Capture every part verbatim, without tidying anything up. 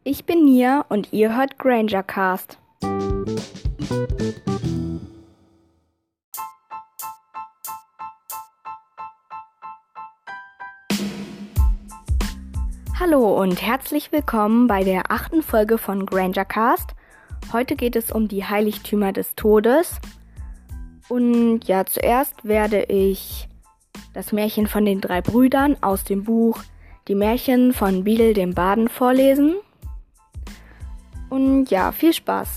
Ich bin Nia und ihr hört Grangercast. Hallo und herzlich willkommen bei der achten Folge von Grangercast. Heute geht es um die Heiligtümer des Todes. Und ja, zuerst werde ich das Märchen von den drei Brüdern aus dem Buch Die Märchen von Biedel dem Baden vorlesen. Und ja, viel Spaß!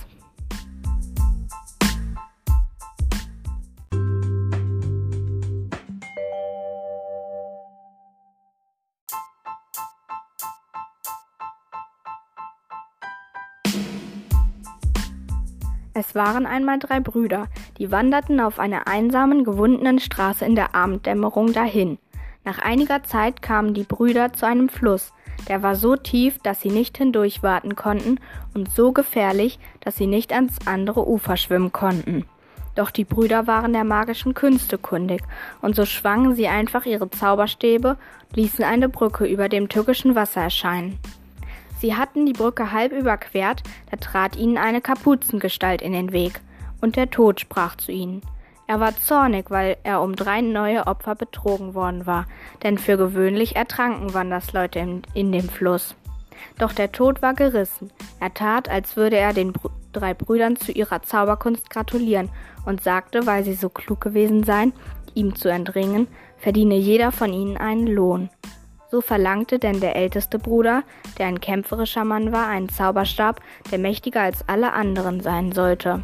Es waren einmal drei Brüder, die wanderten auf einer einsamen, gewundenen Straße in der Abenddämmerung dahin. Nach einiger Zeit kamen die Brüder zu einem Fluss, der war so tief, dass sie nicht hindurchwaten konnten und so gefährlich, dass sie nicht ans andere Ufer schwimmen konnten. Doch die Brüder waren der magischen Künste kundig und so schwangen sie einfach ihre Zauberstäbe, ließen eine Brücke über dem tückischen Wasser erscheinen. Sie hatten die Brücke halb überquert, da trat ihnen eine Kapuzengestalt in den Weg, und der Tod sprach zu ihnen. Er war zornig, weil er um drei neue Opfer betrogen worden war, denn für gewöhnlich ertranken Wandersleute in, in dem Fluss. Doch der Tod war gerissen. Er tat, als würde er den Br- drei Brüdern zu ihrer Zauberkunst gratulieren und sagte, weil sie so klug gewesen seien, ihm zu entringen, verdiene jeder von ihnen einen Lohn. So verlangte denn der älteste Bruder, der ein kämpferischer Mann war, einen Zauberstab, der mächtiger als alle anderen sein sollte.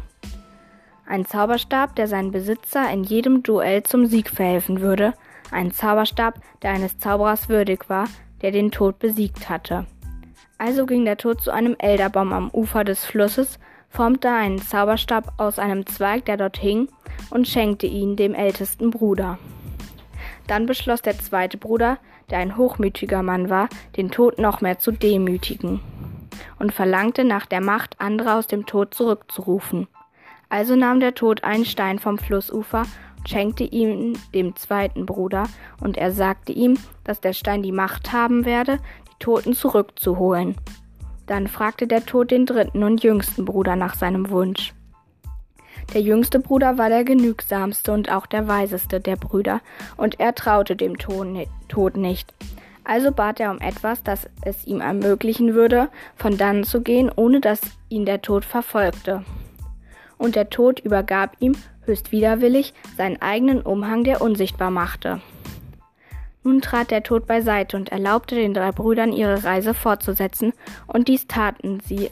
Ein Zauberstab, der seinen Besitzer in jedem Duell zum Sieg verhelfen würde. Ein Zauberstab, der eines Zauberers würdig war, der den Tod besiegt hatte. Also ging der Tod zu einem Elderbaum am Ufer des Flusses, formte einen Zauberstab aus einem Zweig, der dort hing, und schenkte ihn dem ältesten Bruder. Dann beschloss der zweite Bruder, der ein hochmütiger Mann war, den Tod noch mehr zu demütigen und verlangte nach der Macht, andere aus dem Tod zurückzurufen. Also nahm der Tod einen Stein vom Flussufer und schenkte ihn dem zweiten Bruder, und er sagte ihm, dass der Stein die Macht haben werde, die Toten zurückzuholen. Dann fragte der Tod den dritten und jüngsten Bruder nach seinem Wunsch. Der jüngste Bruder war der genügsamste und auch der weiseste der Brüder, und er traute dem Tod nicht. Also bat er um etwas, das es ihm ermöglichen würde, von dannen zu gehen, ohne dass ihn der Tod verfolgte. Und der Tod übergab ihm, höchst widerwillig, seinen eigenen Umhang, der unsichtbar machte. Nun trat der Tod beiseite und erlaubte den drei Brüdern, ihre Reise fortzusetzen, und dies taten sie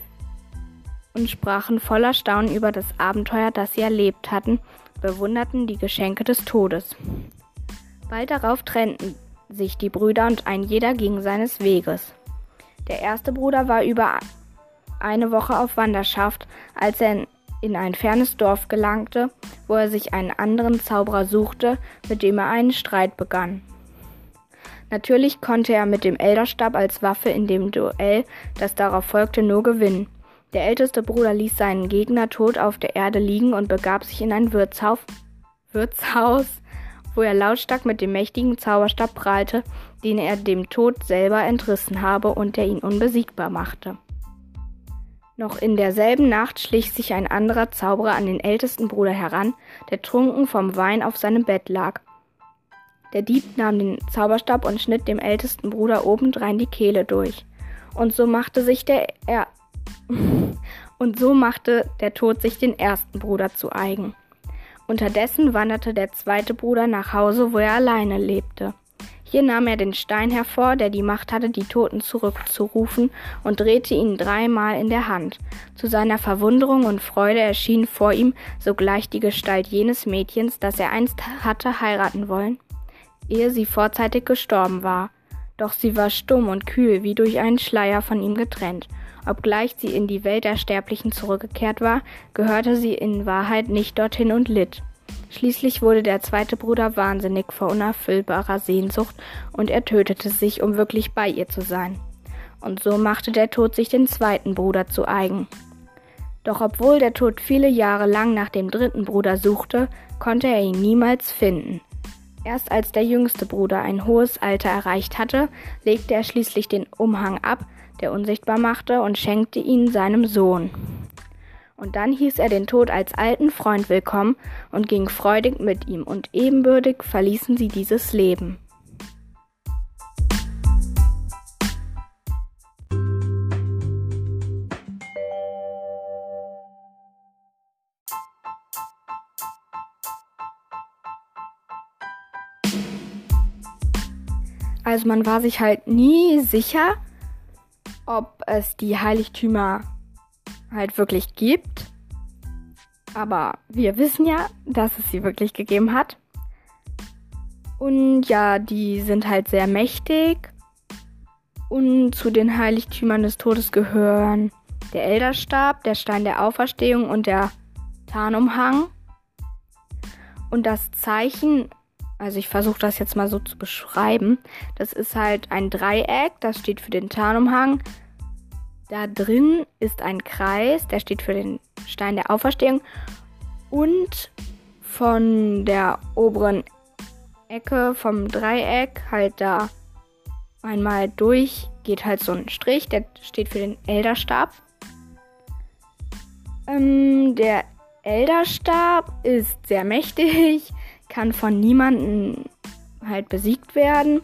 und sprachen voller Staunen über das Abenteuer, das sie erlebt hatten, bewunderten die Geschenke des Todes. Bald darauf trennten sich die Brüder und ein jeder ging seines Weges. Der erste Bruder war über eine Woche auf Wanderschaft, als er in ein fernes Dorf gelangte, wo er sich einen anderen Zauberer suchte, mit dem er einen Streit begann. Natürlich konnte er mit dem Elderstab als Waffe in dem Duell, das darauf folgte, nur gewinnen. Der älteste Bruder ließ seinen Gegner tot auf der Erde liegen und begab sich in ein Wirtshaus, Wirtshaus, wo er lautstark mit dem mächtigen Zauberstab prahlte, den er dem Tod selber entrissen habe und der ihn unbesiegbar machte. Noch in derselben Nacht schlich sich ein anderer Zauberer an den ältesten Bruder heran, der trunken vom Wein auf seinem Bett lag. Der Dieb nahm den Zauberstab und schnitt dem ältesten Bruder obendrein die Kehle durch. Und so machte sich der er Und so machte der Tod sich den ersten Bruder zu eigen. Unterdessen wanderte der zweite Bruder nach Hause, wo er alleine lebte. Hier nahm er den Stein hervor, der die Macht hatte, die Toten zurückzurufen, und drehte ihn dreimal in der Hand. Zu seiner Verwunderung und Freude erschien vor ihm sogleich die Gestalt jenes Mädchens, das er einst hatte heiraten wollen, ehe sie vorzeitig gestorben war. Doch sie war stumm und kühl, wie durch einen Schleier von ihm getrennt. Obgleich sie in die Welt der Sterblichen zurückgekehrt war, gehörte sie in Wahrheit nicht dorthin und litt. Schließlich wurde der zweite Bruder wahnsinnig vor unerfüllbarer Sehnsucht und er tötete sich, um wirklich bei ihr zu sein. Und so machte der Tod sich den zweiten Bruder zu eigen. Doch obwohl der Tod viele Jahre lang nach dem dritten Bruder suchte, konnte er ihn niemals finden. Erst als der jüngste Bruder ein hohes Alter erreicht hatte, legte er schließlich den Umhang ab, der unsichtbar machte, und schenkte ihn seinem Sohn. Und dann hieß er den Tod als alten Freund willkommen und ging freudig mit ihm, und ebenbürtig verließen sie dieses Leben. Also man war sich halt nie sicher, ob es die Heiligtümer halt wirklich gibt. Aber wir wissen ja, dass es sie wirklich gegeben hat. Und ja, die sind halt sehr mächtig. Und zu den Heiligtümern des Todes gehören der Elderstab, der Stein der Auferstehung und der Tarnumhang. Und das Zeichen, also ich versuche das jetzt mal so zu beschreiben, das ist halt ein Dreieck, das steht für den Tarnumhang. Da drin ist ein Kreis, der steht für den Stein der Auferstehung. Und von der oberen Ecke vom Dreieck halt da einmal durch geht halt so ein Strich, der steht für den Elderstab. Ähm, der Elderstab ist sehr mächtig, kann von niemandem halt besiegt werden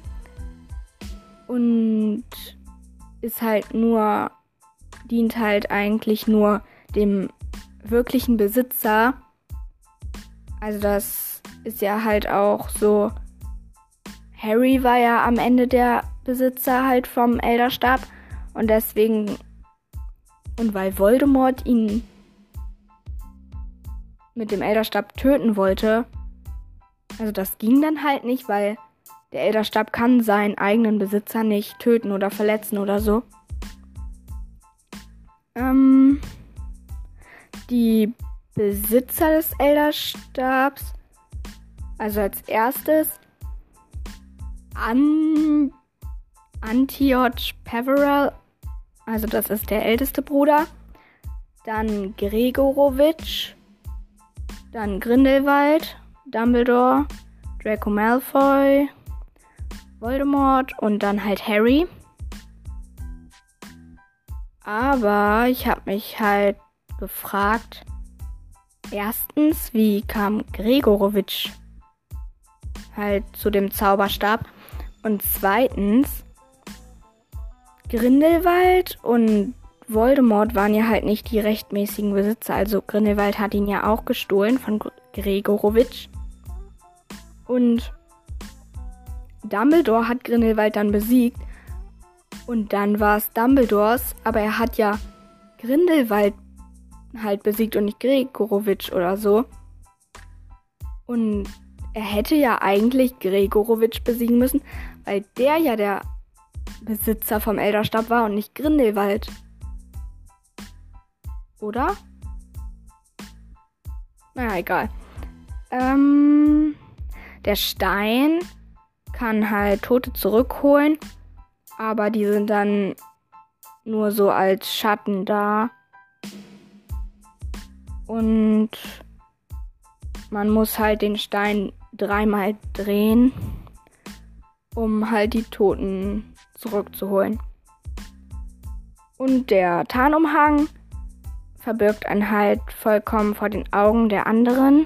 und ist halt nur, dient halt eigentlich nur dem wirklichen Besitzer. Also das ist ja halt auch so, Harry war ja am Ende der Besitzer halt vom Elderstab und deswegen, und weil Voldemort ihn mit dem Elderstab töten wollte, also das ging dann halt nicht, weil der Elderstab kann seinen eigenen Besitzer nicht töten oder verletzen oder so. Ähm, die Besitzer des Elderstabs, also als erstes An Antioch Peverell, also das ist der älteste Bruder, dann Gregorowitsch, dann Grindelwald, Dumbledore, Draco Malfoy, Voldemort und dann halt Harry. Aber ich habe mich halt gefragt, erstens, wie kam Gregorowitsch halt zu dem Zauberstab? Und zweitens, Grindelwald und Voldemort waren ja halt nicht die rechtmäßigen Besitzer. Also Grindelwald hat ihn ja auch gestohlen von Gregorowitsch. Und Dumbledore hat Grindelwald dann besiegt. Und dann war es Dumbledores, aber er hat ja Grindelwald halt besiegt und nicht Gregorowitsch oder so. Und er hätte ja eigentlich Gregorowitsch besiegen müssen, weil der ja der Besitzer vom Elderstab war und nicht Grindelwald. Oder? Naja, egal. Ähm, der Stein kann halt Tote zurückholen, aber die sind dann nur so als Schatten da. Und man muss halt den Stein dreimal drehen, um halt die Toten zurückzuholen. Und der Tarnumhang verbirgt einen halt vollkommen vor den Augen der anderen.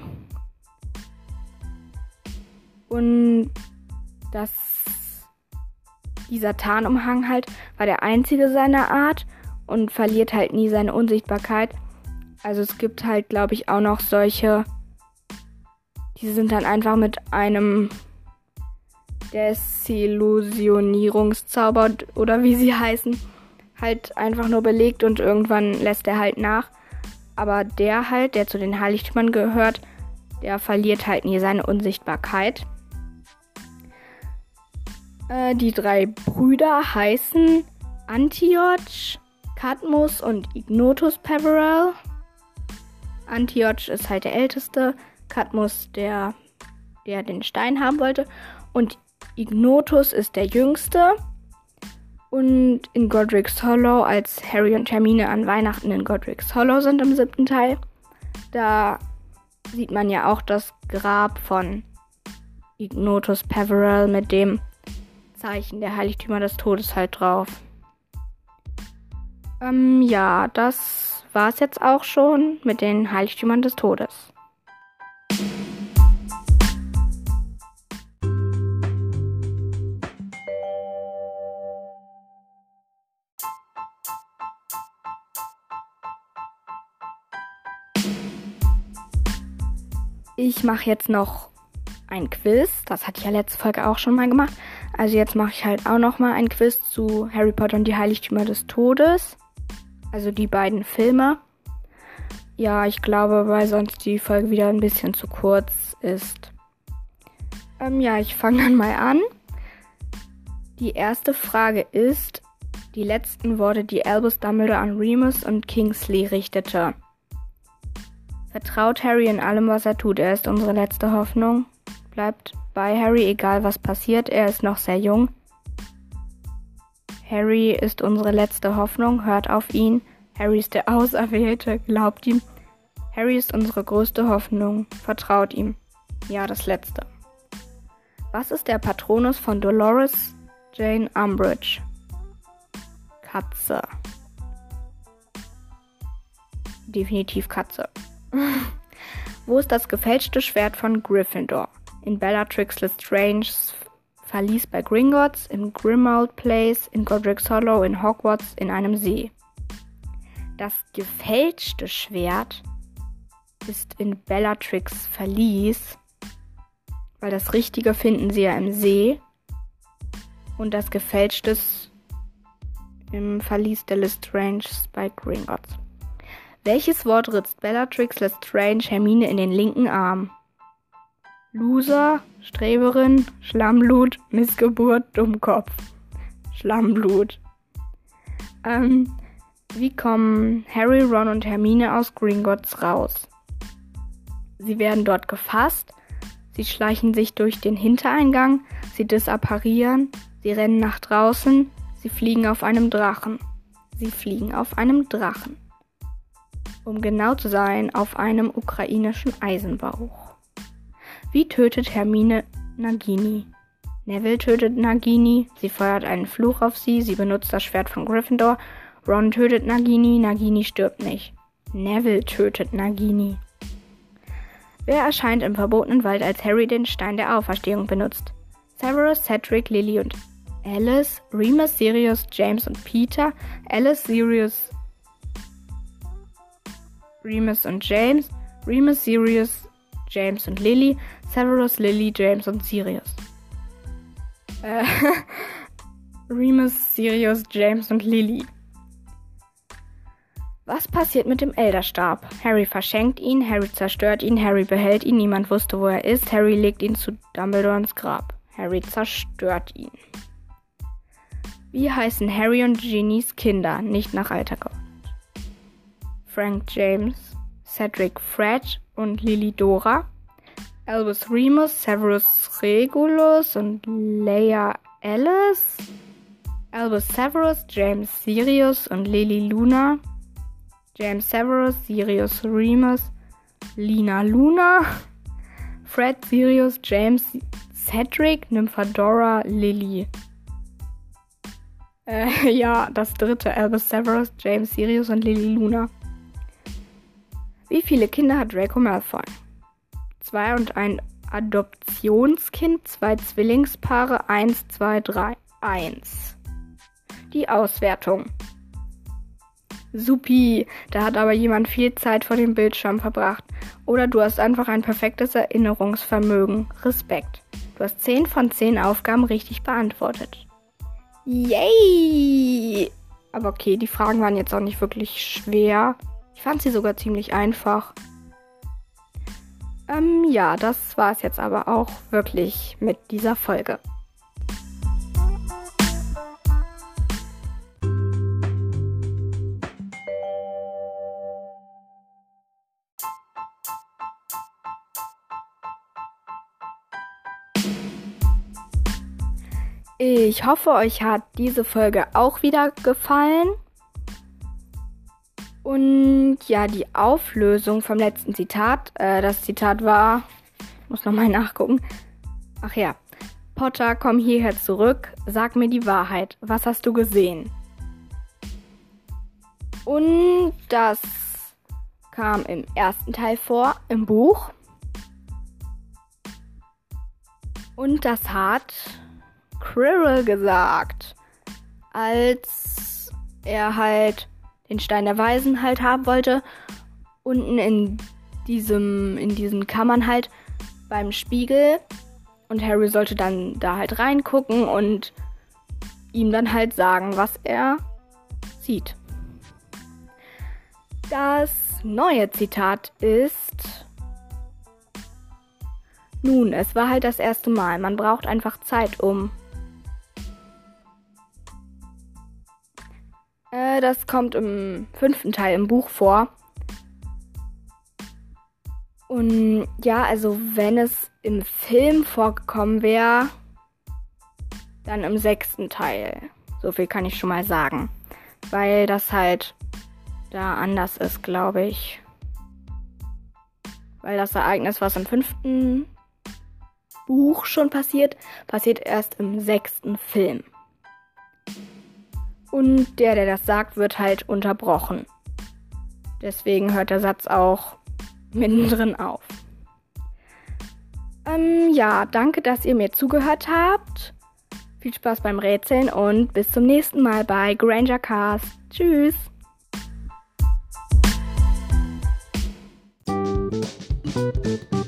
Und das, dieser Tarnumhang halt war der einzige seiner Art und verliert halt nie seine Unsichtbarkeit. Also es gibt halt, glaube ich, auch noch solche, die sind dann einfach mit einem Desillusionierungszauber oder wie sie heißen, halt einfach nur belegt und irgendwann lässt er halt nach. Aber der halt, der zu den Heiligtümern gehört, der verliert halt nie seine Unsichtbarkeit. Äh, die drei Brüder heißen Antioch, Cadmus und Ignotus Peverell. Antioch ist halt der Älteste, Cadmus der, der den Stein haben wollte und Ignotus ist der Jüngste. Und in Godric's Hollow, als Harry und Hermine an Weihnachten in Godric's Hollow sind im siebten Teil, da sieht man ja auch das Grab von Ignotus Peverell mit dem Zeichen der Heiligtümer des Todes halt drauf. Ähm, ja, das war's jetzt auch schon mit den Heiligtümern des Todes. Ich mache jetzt noch ein Quiz. Das hatte ich ja letzte Folge auch schon mal gemacht. Also jetzt mache ich halt auch noch mal ein Quiz zu Harry Potter und die Heiligtümer des Todes. Also die beiden Filme. Ja, ich glaube, weil sonst die Folge wieder ein bisschen zu kurz ist. Ähm, ja, ich fange dann mal an. Die erste Frage ist die letzten Worte, die Albus Dumbledore an Remus und Kingsley richtete. Vertraut Harry in allem, was er tut. Er ist unsere letzte Hoffnung. Bleibt bei Harry, egal was passiert. Er ist noch sehr jung. Harry ist unsere letzte Hoffnung. Hört auf ihn. Harry ist der Auserwählte. Glaubt ihm. Harry ist unsere größte Hoffnung. Vertraut ihm. Ja, das Letzte. Was ist der Patronus von Dolores Jane Umbridge? Katze. Definitiv Katze. Wo ist das gefälschte Schwert von Gryffindor? In Bellatrix Lestranges Verlies bei Gringotts, im Grimmauld Place, in Godric's Hollow, in Hogwarts, in einem See. Das gefälschte Schwert ist in Bellatrix Verlies, weil das Richtige finden sie ja im See und das gefälschte ist im Verlies der Lestranges bei Gringotts. Welches Wort ritzt Bellatrix Lestrange Hermine in den linken Arm? Loser, Streberin, Schlammblut, Missgeburt, Dummkopf. Schlammblut. Ähm, wie kommen Harry, Ron und Hermine aus Gringotts raus? Sie werden dort gefasst, sie schleichen sich durch den Hintereingang, sie disapparieren, sie rennen nach draußen, sie fliegen auf einem Drachen. Sie fliegen auf einem Drachen. Um genau zu sein, auf einem ukrainischen Eisenbauch. Wie tötet Hermine Nagini? Neville tötet Nagini, sie feuert einen Fluch auf sie, sie benutzt das Schwert von Gryffindor. Ron tötet Nagini, Nagini stirbt nicht. Neville tötet Nagini. Wer erscheint im verbotenen Wald, als Harry den Stein der Auferstehung benutzt? Severus, Cedric, Lily und Alice, Remus, Sirius, James und Peter, Alice, Sirius, Remus und James, Remus, Sirius, James und Lily, Severus, Lily, James und Sirius. Äh, Remus, Sirius, James und Lily. Was passiert mit dem Elderstab? Harry verschenkt ihn, Harry zerstört ihn, Harry behält ihn, niemand wusste, wo er ist, Harry legt ihn zu Dumbledore ins Grab. Harry zerstört ihn. Wie heißen Harry und Ginnys Kinder? Nicht nach Alter geordnet. Frank James, Cedric Fred und Lily Dora, Albus Remus, Severus Regulus und Leia Alice, Albus Severus, James Sirius und Lily Luna, James Severus, Sirius Remus, Lina Luna, Fred Sirius, James Cedric, Nymphadora, Lily. Äh, ja, das dritte, Albus Severus, James Sirius und Lily Luna. Wie viele Kinder hat Draco Malfoy? Zwei und ein Adoptionskind, zwei Zwillingspaare, eins, zwei, drei, eins. Die Auswertung. Supi, da hat aber jemand viel Zeit vor dem Bildschirm verbracht. Oder du hast einfach ein perfektes Erinnerungsvermögen. Respekt. Du hast zehn von zehn Aufgaben richtig beantwortet. Yay! Aber okay, die Fragen waren jetzt auch nicht wirklich schwer. Ich fand sie sogar ziemlich einfach. Ähm, ja, das war es jetzt aber auch wirklich mit dieser Folge. Ich hoffe, euch hat diese Folge auch wieder gefallen. Und ja, die Auflösung vom letzten Zitat, äh, das Zitat war, ich muss nochmal nachgucken. Ach ja, Potter, komm hierher zurück, sag mir die Wahrheit. Was hast du gesehen? Und das kam im ersten Teil vor, im Buch. Und das hat Quirrell gesagt, als er halt den Stein der Weisen halt haben wollte. Unten in diesem, in diesen Kammern halt beim Spiegel. Und Harry sollte dann da halt reingucken und ihm dann halt sagen, was er sieht. Das neue Zitat ist: Nun, es war halt das erste Mal. Man braucht einfach Zeit, um... Äh, das kommt im fünften Teil im Buch vor. Und ja, also wenn es im Film vorgekommen wäre, dann im sechsten Teil. So viel kann ich schon mal sagen. Weil das halt da anders ist, glaube ich. Weil das Ereignis, was im fünften Buch schon passiert, passiert erst im sechsten Film. Und der, der das sagt, wird halt unterbrochen. Deswegen hört der Satz auch mittendrin auf. Ähm, ja, danke, dass ihr mir zugehört habt. Viel Spaß beim Rätseln und bis zum nächsten Mal bei Grangercast. Tschüss! Thank you.